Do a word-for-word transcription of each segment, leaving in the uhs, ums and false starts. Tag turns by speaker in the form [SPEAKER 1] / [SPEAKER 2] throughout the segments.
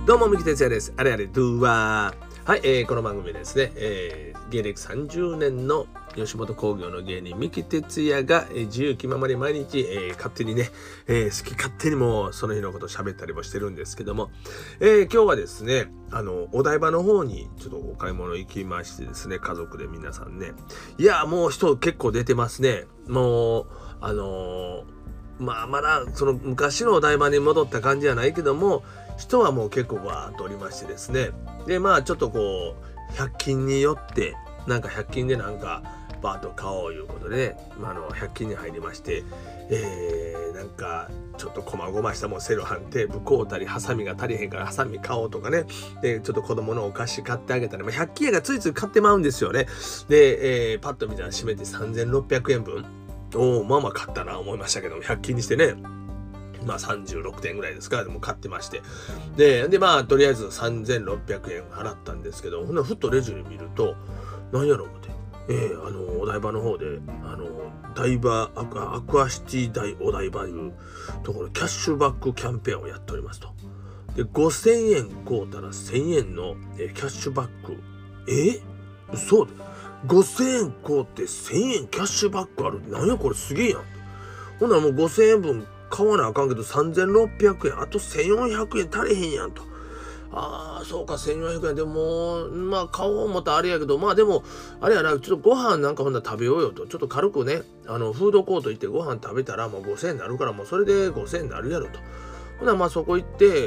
[SPEAKER 1] どうも、三木哲也です。あれあれ、ドゥーワー。はい、えー、この番組ですね、えー、芸歴さんじゅうねんの吉本興業の芸人、三木哲也が、えー、自由気ままに毎日、えー、勝手にね、えー、好き勝手にもその日のことを喋ったりもしてるんですけども、えー、今日はですね、あの、お台場の方にちょっとお買い物行きましてですね、家族で皆さんね、いや、もう人結構出てますね。もう、あのー、まあ、まだその昔のお台場に戻った感じじゃないけども、人はもう結構わーっとおりましてですね。で、まあちょっとこう、ひゃく均によって、なんかひゃく均でなんかバーッと買おういうことで、ね、まあ、あのひゃく均に入りまして、えー、なんかちょっとこまごましたもんセロハンテープ買うたり、ハサミが足りへんからハサミ買おうとかね。で、ちょっと子供のお菓子買ってあげたり、まあ、ひゃく均やがついつい買ってまうんですよね。で、えー、パッと見たら閉めてさんぜんろっぴゃくえんぶん。おー、まあまあ買ったな思いましたけども、ひゃく均にしてね。まあさんじゅうろくてんぐらいですから、でも買ってまして。で、でまあとりあえずさんぜんろっぴゃくえん払ったんですけど、ほんなふっとレジに見ると、なんやろ思って、えー、あの、お台場の方で、あの、台場アクア、アクアシティ大お台場いうところ、キャッシュバックキャンペーンをやっておりますと。で、ごせんえん買うたらせんえんの、えー、キャッシュバック。えそうで。ごせんえん買うてせんえんキャッシュバックある。なんやこれすげえやん。ほんならもうごせんえんぶん買わなあかんけどさんぜんろっぴゃくえん、あとせんよんひゃくえん足りへんやんと。ああ、そうか、せんよんひゃくえんでも、まあ買おう思ったらあれやけど、まあでも、あれやな、ちょっとご飯なんかほんなら食べようよと。ちょっと軽くね、あの、フードコート行ってご飯食べたらもうごせんえんになるから、もうそれでごせんえんになるやろと。ほんならまあそこ行って、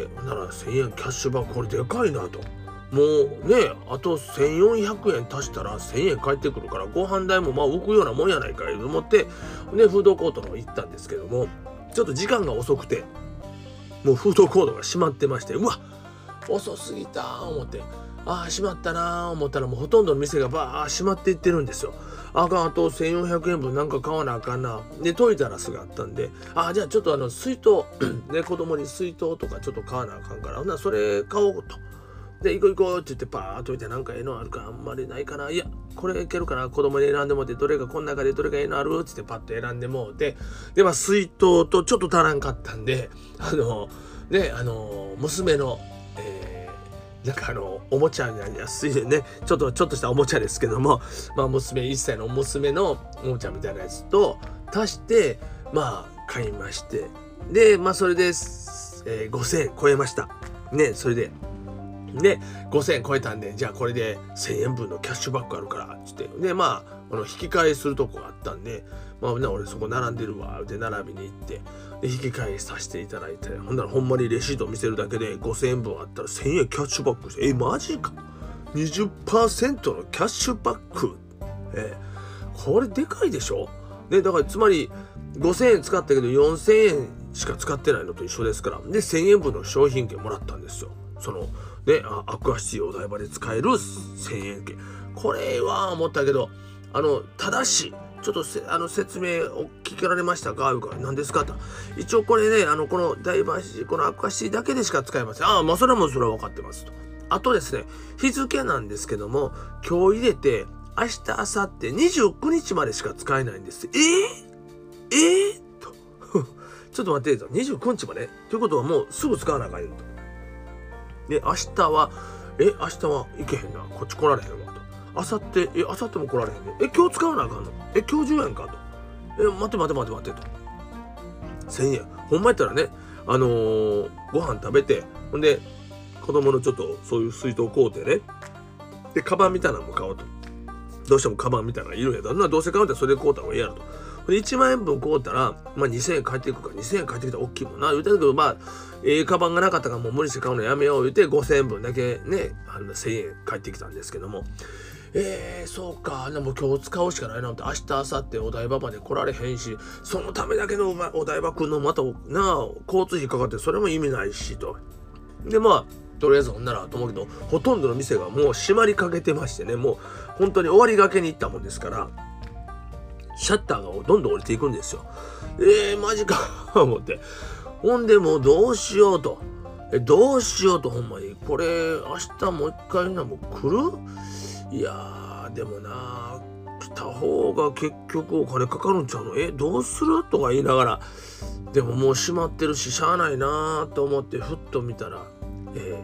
[SPEAKER 1] ほんならせんえんキャッシュバック、これでかいなと。もうね、あとせんよんひゃくえん足したらせんえん返ってくるから、ご飯代もまあ浮くようなもんやないかいと思って、で、フードコートの方行ったんですけども、ちょっと時間が遅くて、もうフードコートが閉まってまして、うわ遅すぎたー思って、ああ、閉まったなー思ったらもうほとんどの店がバー閉まっていってるんですよ。あかん、あとせんよんひゃくえんぶんなんか買わなあかんな。で、トイザらスがあったんで、ああ、じゃあちょっとあの、水筒、ね、子供に水筒とかちょっと買わなあかんから、ほんならそれ買おうと。で、行こう行こうって言ってパーッと見て、なんかええのあるかあんまりないかな。いや、これいけるかな。子供に選んでもって、どれがこの中でどれがええのあるって言ってパッと選んでもうて、で、まあ水筒とちょっと足らんかったんで、あの、ね、あの、娘の、えー、なんかあの、おもちゃになりやすいね、ちょっと、ちょっとしたおもちゃですけども、まあ娘、いっさいの娘のおもちゃみたいなやつと足して、まあ買いまして、で、まあそれで、えー、ごせんえん超えました。ね、それで、で、ごせんえん超えたんで、じゃあこれでせんえんぶんのキャッシュバックあるから、つって。で、まあ、この引き換えするとこがあったんで、まあ、俺そこ並んでるわ、で、並びに行って、で、引き換えさせていただいて、ほんならほんまにレシート見せるだけでごせんえんぶんあったらせんえんキャッシュバックして、え、マジか ?にじゅっパーセント のキャッシュバック。えー、これでかいでしょね、だからつまりごせんえん使ったけどよんせんえんしか使ってないのと一緒ですから。で、せんえんぶんの商品券もらったんですよ。その、ね、アクアシティお台場で使えるせんえん券。これは思ったけど、あの、ただし、ちょっとせあの説明を聞けられましたかいうか、何ですかと。一応これね、あの、この台場市、このアクアシティだけでしか使えません。ああ、まあそれもそれは分かってますと。あとですね、日付なんですけども、今日入れて、明日、明後日、にじゅうくにちまでしか使えないんです。えー、えー、と。ちょっと待って、にじゅうくにちまでということはもうすぐ使わなあかんよと。で、明日は、え、明日はいけへんな。こっち来られへんわと。明後日、え、明後日も来られへんね。え、今日使わなあかんのえ、今日中やんかと。え、待って待って待って待ってと。せんえん。ほんまやったらね、あのー、ご飯食べて、ほんで、子供のちょっとそういう水筒買うてね。で、カバンみたいなのも買おうと。どうしてもカバンみたいなのがいるんやったら、どうせ買うんだったらそれで買うた方がいいやろと。で、いちまんえんぶん買うたら、まあにせんえん返っていくから、にせんえん返ってきたら大きいもんな。言うてるけど、まあ、ええー、カバンがなかったからもう無理して買うのやめよう言うて、ごせんえんぶんだけね、あのせんえん返ってきたんですけども。えー、そうか。でも今日使うしかないなって、明日、明後日お台場まで来られへんし、そのためだけのお台場くんのまた、なあ、交通費かかってそれも意味ないしと。で、まあ、とりあえずほんならと思うけど、ほとんどの店がもう閉まりかけてましてね、もう本当に終わりがけに行ったもんですから、シャッターがどんどん降りていくんですよ。えー、マジか思って。ほんでもうどうしようと。え、どうしようとほんまに。これ、明日もう一回な、もう来る？いやー、でもな、来た方が結局お金かかるんちゃうの？え、どうするとか言いながら、でももう閉まってるし、しゃあないなーと思ってふっと見たら、え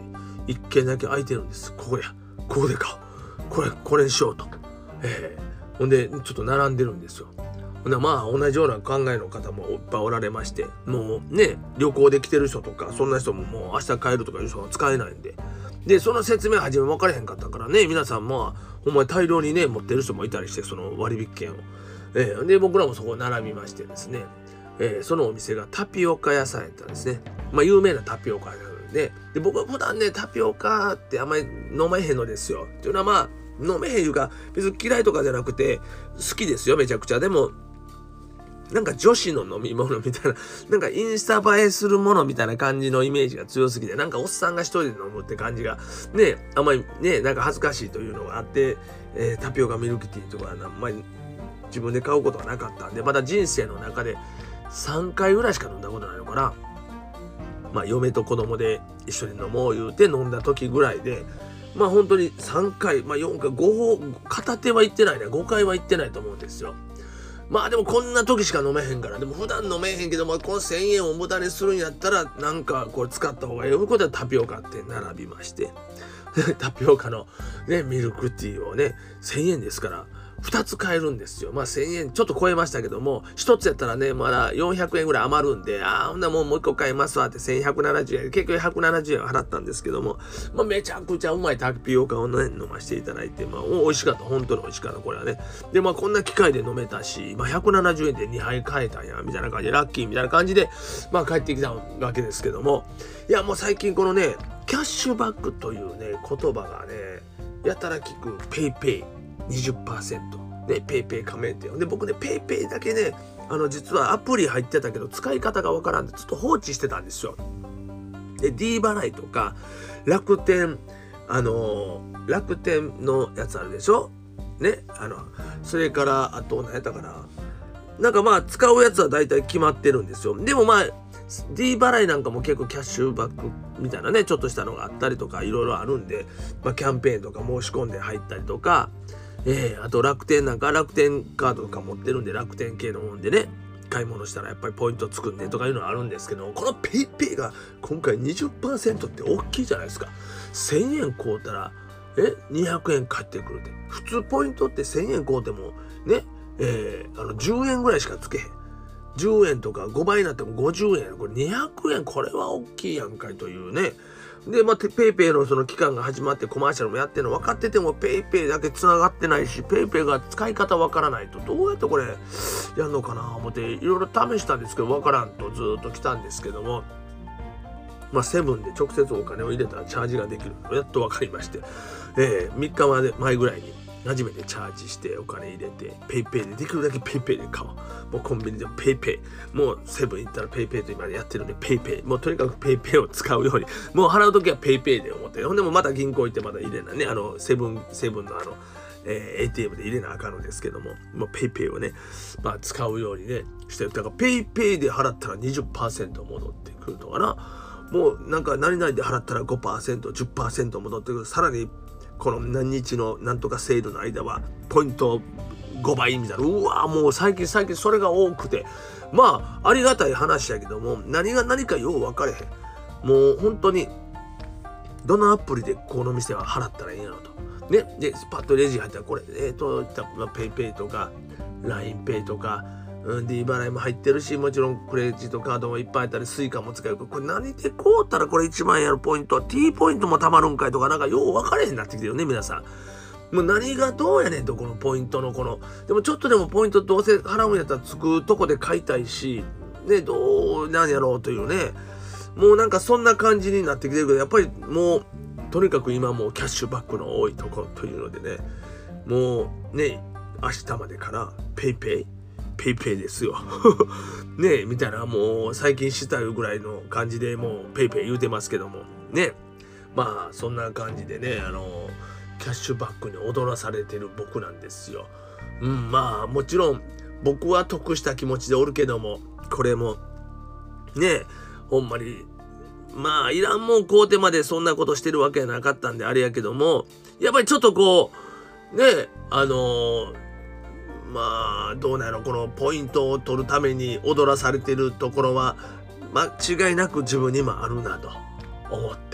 [SPEAKER 1] 一軒だけ空いてるんです。ここや、ここで買おう。これ、これにしようと。えー、ほんで、ちょっと並んでるんですよ。ほんで、まあ、同じような考えの方もいっぱいおられまして、もうね、旅行で来てる人とか、そんな人ももう明日帰るとかいう人は使えないんで。で、その説明は初め分からへんかったからね、皆さんまあ、ほんまに大量にね、持ってる人もいたりして、その割引券を。えー、で、僕らもそこ並びましてですね、えー、そのお店がタピオカ屋さんやったんですね。まあ、有名なタピオカ屋なんで、で、僕は普段ね、タピオカってあんまり飲めへんのですよ。というのはまあ、飲めへんいうか、別に嫌いとかじゃなくて、好きですよ、めちゃくちゃ。でも、なんか女子の飲み物みたいな、なんかインスタ映えするものみたいな感じのイメージが強すぎて、なんかおっさんが一人で飲むって感じが、ね、あんまりね、なんか恥ずかしいというのがあって、えー、タピオカミルクティーとか、あんまり自分で買うことはなかったんで、まだ人生の中でさんかいぐらいしか飲んだことないのかな。まあ、嫁と子供で一緒に飲もう言うて飲んだ時ぐらいで、まあ本当にさんかい、まあよんかい、ごほう、片手は行ってないね。ごかいは行ってないと思うんですよ。まあでもこんな時しか飲めへんから、でも普段飲めへんけども、このせんえんを無駄にするんやったら、なんかこれ使った方がいい。ということでタピオカって並びまして、タピオカのね、ミルクティーをね、せんえんですから、ふたつ買えるんですよ。まあせんえんちょっと超えましたけども、ひとつやったらね、まだよんひゃくえんぐらい余るんで、ああ、ほんならもうもういっこ買いますわってせんひゃくななじゅうえん、結局ひゃくななじゅうえん払ったんですけども、まあめちゃくちゃうまいタピオカをね、飲ませていただいて、まあ美味しかった。本当に美味しかった、これはね。で、まあこんな機会で飲めたし、まあひゃくななじゅうえんでにはい買えたんや、みたいな感じで、ラッキーみたいな感じで、まあ帰ってきたわけですけども、いやもう最近このね、キャッシュバックというね、言葉がね、やたら聞くペイペイ にじゅっパーセント。ね、ペイペイ加盟店で僕ねペイペイだけねあの実はアプリ入ってたけど使い方がわからんでちょっと放置してたんですよ。で D 払いとか楽天あのー、楽天のやつあるでしょね、あのそれからあと何やったかな、なんかまあ使うやつは大体決まってるんですよ。でもまあ D 払いなんかも結構キャッシュバックみたいなねちょっとしたのがあったりとかいろいろあるんで、まあ、キャンペーンとか申し込んで入ったりとか、えー、あと楽天なんか楽天カードとか持ってるんで楽天系のもんでね買い物したらやっぱりポイントつくんでとかいうのはあるんですけど、このペイペイが今回 にじゅっパーセント って大きいじゃないですか。せんえん買うたらえにひゃくえん返ってくるって、普通ポイントってせんえん買うてもね、えー、あのじゅうえんぐらいしかつけへん。じゅうえんとかごばいになってもごじゅうえん、これにひゃくえん、これは大きいやんかいというね。で、まあ、ペイペイのその期間が始まってコマーシャルもやってるの分かっててもペイペイだけ繋がってないし、ペイペイが使い方分からないとどうやってこれやんのかな思っていろいろ試したんですけど分からんとずっと来たんですけども、まあセブンで直接お金を入れたらチャージができるのやっと分かりまして、えー、みっかまで前ぐらいに初めてチャージしてお金入れてペイペイでできるだけペイペイで買おう。もうコンビニでもペイペイ、もうセブン行ったらペイペイと今やってるんでペイペイ、もうとにかくペイペイを使うように、もう払うときはペイペイで思って、ほんでもまた銀行行ってまた入れなね、あのセブンセブンのあの、えー、エーティーエム で入れなあかんのですけども、もうペイペイをね、まあ使うようにねしてる。だからペイペイで払ったら にじゅっパーセント 戻ってくるのかな。もうなんか何々で払ったら ごパーセント、じゅっパーセント 戻ってくる。さらにこの何日のなんとかセールの間はポイントごばいみたいな、うわもう最近最近それが多くて、まあありがたい話やけども何が何かよう分かれへん。もう本当にどのアプリでこの店は払ったらいいんやろとね。でパッとレジ入ったらこれえっ、ー、とペイペイとか ライン ペイとか、うん、D 払いも入ってるし、もちろんクレジットカードもいっぱいあったりスイカも使える。これ何で買うたらこれいちまん円やるポイント T ポイントもたまるんかいとか、なんかよう分かれへんなってきてるよね皆さん。もう何がどうやねんと、このポイントのこのでもちょっとでもポイントどうせ払うんやったらつくとこで買いたいしね、どうなんやろうというね、もうなんかそんな感じになってきてるけど、やっぱりもうとにかく今もうキャッシュバックの多いとこというのでね、もうね明日までからペイペイペイペイですよねえみたいな、もう最近したいうぐらいの感じでもうペイペイ言うてますけどもね。まあそんな感じでね、あのキャッシュバックに踊らされてる僕なんですよ。うん、まあもちろん僕は得した気持ちでおるけども、これもねほんまにまあいらんもん買うてまでそんなことしてるわけやなかったんであれやけども、やっぱりちょっとこうねあのー、まあどうなの、このポイントを取るために踊らされてるところは間違いなく自分にもあるなと思って、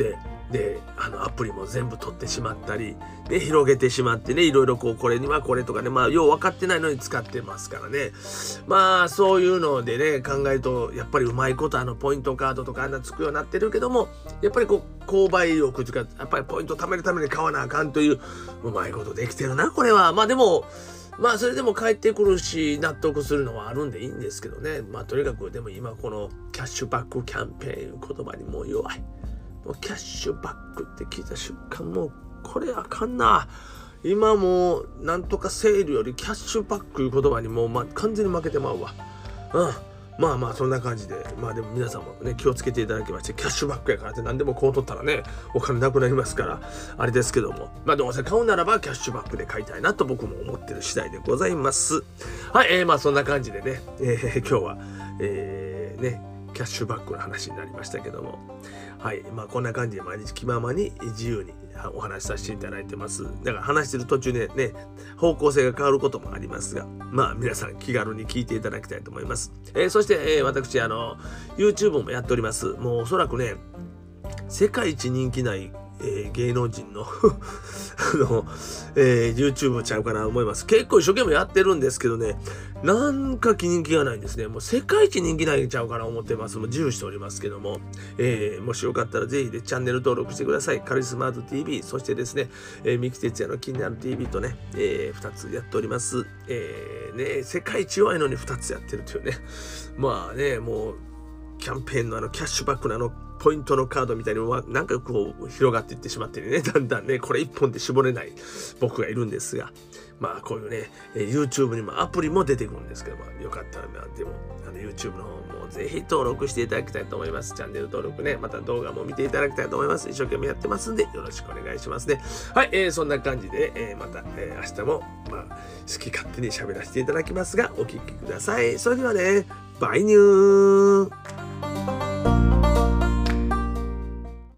[SPEAKER 1] であのアプリも全部取ってしまったり、ね、広げてしまってね、いろいろこうこれにはこれとかね、まあよう分かってないのに使ってますからね。まあそういうのでね考えると、やっぱりうまいことあのポイントカードとかあんなつくようになってるけども、やっぱりこう購買力というか、やっぱりポイント貯めるために買わなあかんという、うまいことできてるなこれは。まあでもまあそれでも返ってくるし納得するのはあるんでいいんですけどね。まあとにかくでも今このキャッシュバックキャンペーンいう言葉にもう弱い。もうキャッシュバックって聞いた瞬間、もうこれあかんな。今もうなんとかセールよりキャッシュバックいう言葉にもう、ま、完全に負けてまうわ。うん。まあまあそんな感じで、まあでも皆さんもね気をつけていただきまして、キャッシュバックやからって何でもこう取ったらねお金なくなりますからあれですけども、まあどうせ買うならばキャッシュバックで買いたいなと僕も思ってる次第でございます。はい、えー、まあそんな感じでね、えー、今日はえー、ねキャッシュバックの話になりましたけども、はい、まあこんな感じで毎日気ままに自由にお話しさせていただいてます。だから話してる途中でね方向性が変わることもありますが、まあ皆さん気軽に聞いていただきたいと思います。えー、そして、えー、私あの YouTube もやっております。もうおそらくね世界一人気ない、えー、芸能人のあの、えー、YouTube ちゃうかなと思います。結構一生懸命やってるんですけどね、なんか人気がないんですね。もう世界一人気ないんちゃうかな思ってます。もう自由しておりますけども、えー、もしよかったらぜひでチャンネル登録してください。カリスマート ティーブイ、そしてですね、えー、三木哲也の気になる ティーブイ とね、えー、ふたつやっております。えー、ね、世界一弱いのにふたつやってるというね。まあね、もうキャンペーンのあのキャッシュバックのあのポイントのカードみたいになんかこう広がっていってしまってね、だんだんねこれ一本で絞れない僕がいるんですが、まあこういうね YouTube にもアプリも出てくるんですけども、よかったらでもあの YouTube の方もぜひ登録していただきたいと思います。チャンネル登録ね、また動画も見ていただきたいと思います。一生懸命やってますんでよろしくお願いしますね。はい、えー、そんな感じで、えー、また、えー、明日もまあ好き勝手に喋らせていただきますがお聞きください。それではね、バイニュー。